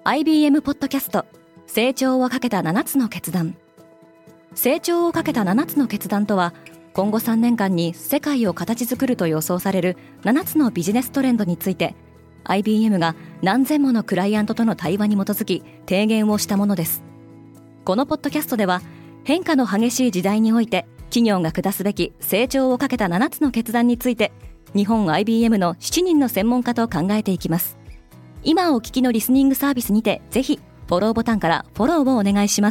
IBM ポッドキャスト成長をかけた7つの決断。成長をかけた7つの決断とは、今後3年間に世界を形作ると予想される7つのビジネストレンドについて IBM が何千ものクライアントとの対話に基づき提言をしたものです。このポッドキャストでは、変化の激しい時代において企業が下すべき成長をかけた7つの決断について、日本 IBM の7人の専門家と考えていきます。今お聞きのリスニングサービスにて、ぜひフォローボタンからフォローをお願いします。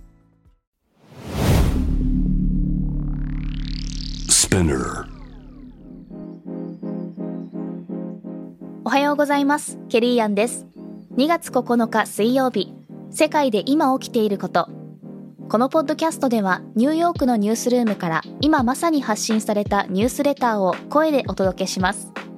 おはようございます。ケリーアンです。2月9日水曜日、世界で今起きていること。このポッドキャストでは、ニューヨークのニュースルームから今まさに発信されたニュースレターを声でお届けします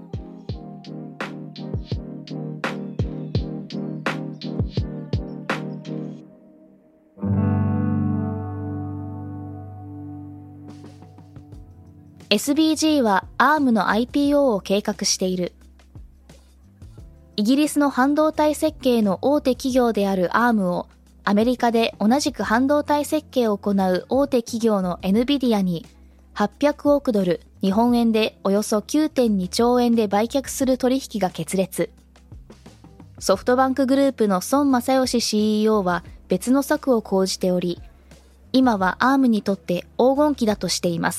。SBG は ARM の IPO を計画している。イギリスの半導体設計の大手企業である ARM を、アメリカで同じく半導体設計を行う大手企業の NVIDIA に800億ドル、日本円でおよそ 9.2 兆円で売却する取引が決裂。ソフトバンクグループの孫正義 CEO は別の策を講じており、今は ARM にとって黄金期だとしています。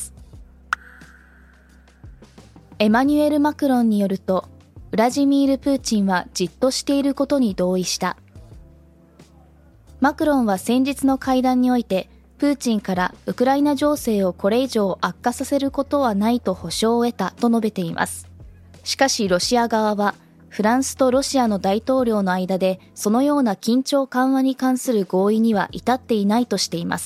エマニュエル・マクロンによると、ウラジミール・プーチンはじっとしていることに同意した。マクロンは先日の会談において、プーチンからウクライナ情勢をこれ以上悪化させることはないと保証を得たと述べています。しかしロシア側は、フランスとロシアの大統領の間でそのような緊張緩和に関する合意には至っていないとしています。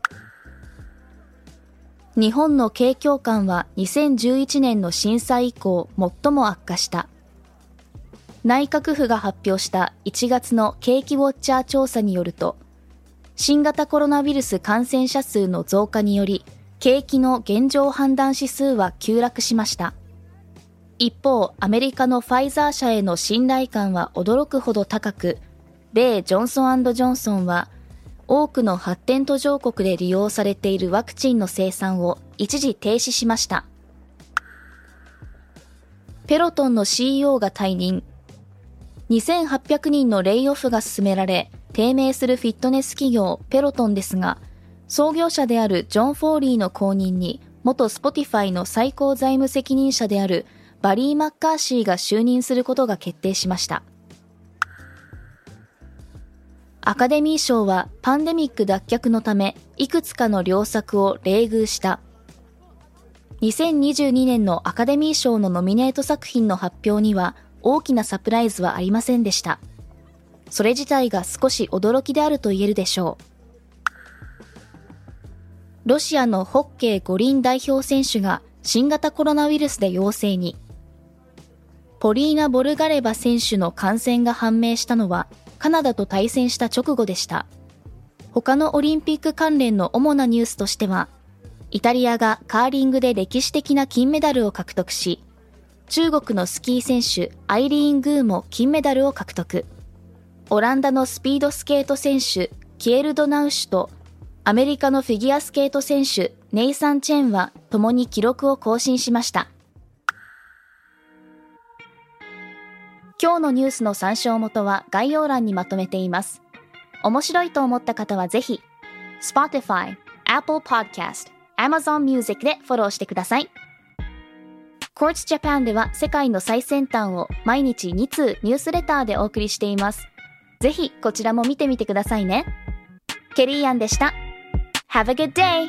日本の景況感は2011年の震災以降最も悪化した。内閣府が発表した1月の景気ウォッチャー調査によると、新型コロナウイルス感染者数の増加により、景気の現状判断指数は急落しました。一方、アメリカのファイザー社への信頼感は驚くほど高く、米ジョンソン&ジョンソンは、多くの発展途上国で利用されているワクチンの生産を一時停止しました。ペロトンの CEO が退任。2800人のレイオフが進められ、低迷するフィットネス企業ペロトンですが、創業者であるジョン・フォーリーの後任に、元スポティファイの最高財務責任者であるバリー・マッカーシーが就任することが決定しました。アカデミー賞はパンデミック脱却のためいくつかの良作を冷遇した。2022年のアカデミー賞のノミネート作品の発表には大きなサプライズはありませんでした。それ自体が少し驚きであると言えるでしょう。ロシアのホッケー五輪代表選手が新型コロナウイルスで陽性に。ポリーナ・ボルガレバ選手の感染が判明したのはカナダと対戦した直後でした。他のオリンピック関連の主なニュースとしては、イタリアがカーリングで歴史的な金メダルを獲得し、中国のスキー選手アイリーン・グーも金メダルを獲得。オランダのスピードスケート選手キエル・ドナウシュとアメリカのフィギュアスケート選手ネイサン・チェンは共に記録を更新しました。今日のニュースの参照元は概要欄にまとめています。面白いと思った方はぜひ Spotify、Apple Podcast、Amazon Music でフォローしてください。Quartz Japan では世界の最先端を毎日2通ニュースレターでお送りしています。ぜひこちらも見てみてくださいね。ケリーアンでした。Have a good day!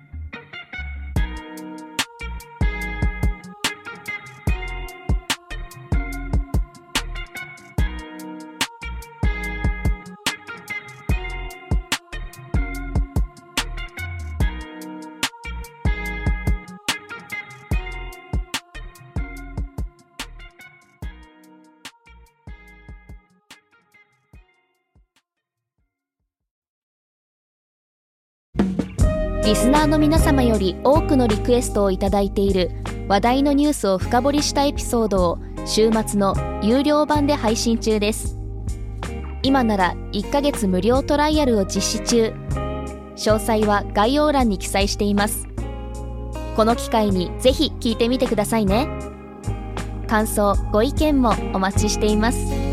リスナーの皆様より多くのリクエストをいただいている話題のニュースを深掘りしたエピソードを週末の有料版で配信中です。 今なら1ヶ月無料トライアルを実施中。詳細は概要欄に記載しています。この機会にぜひ聞いてみてくださいね。感想、ご意見もお待ちしています。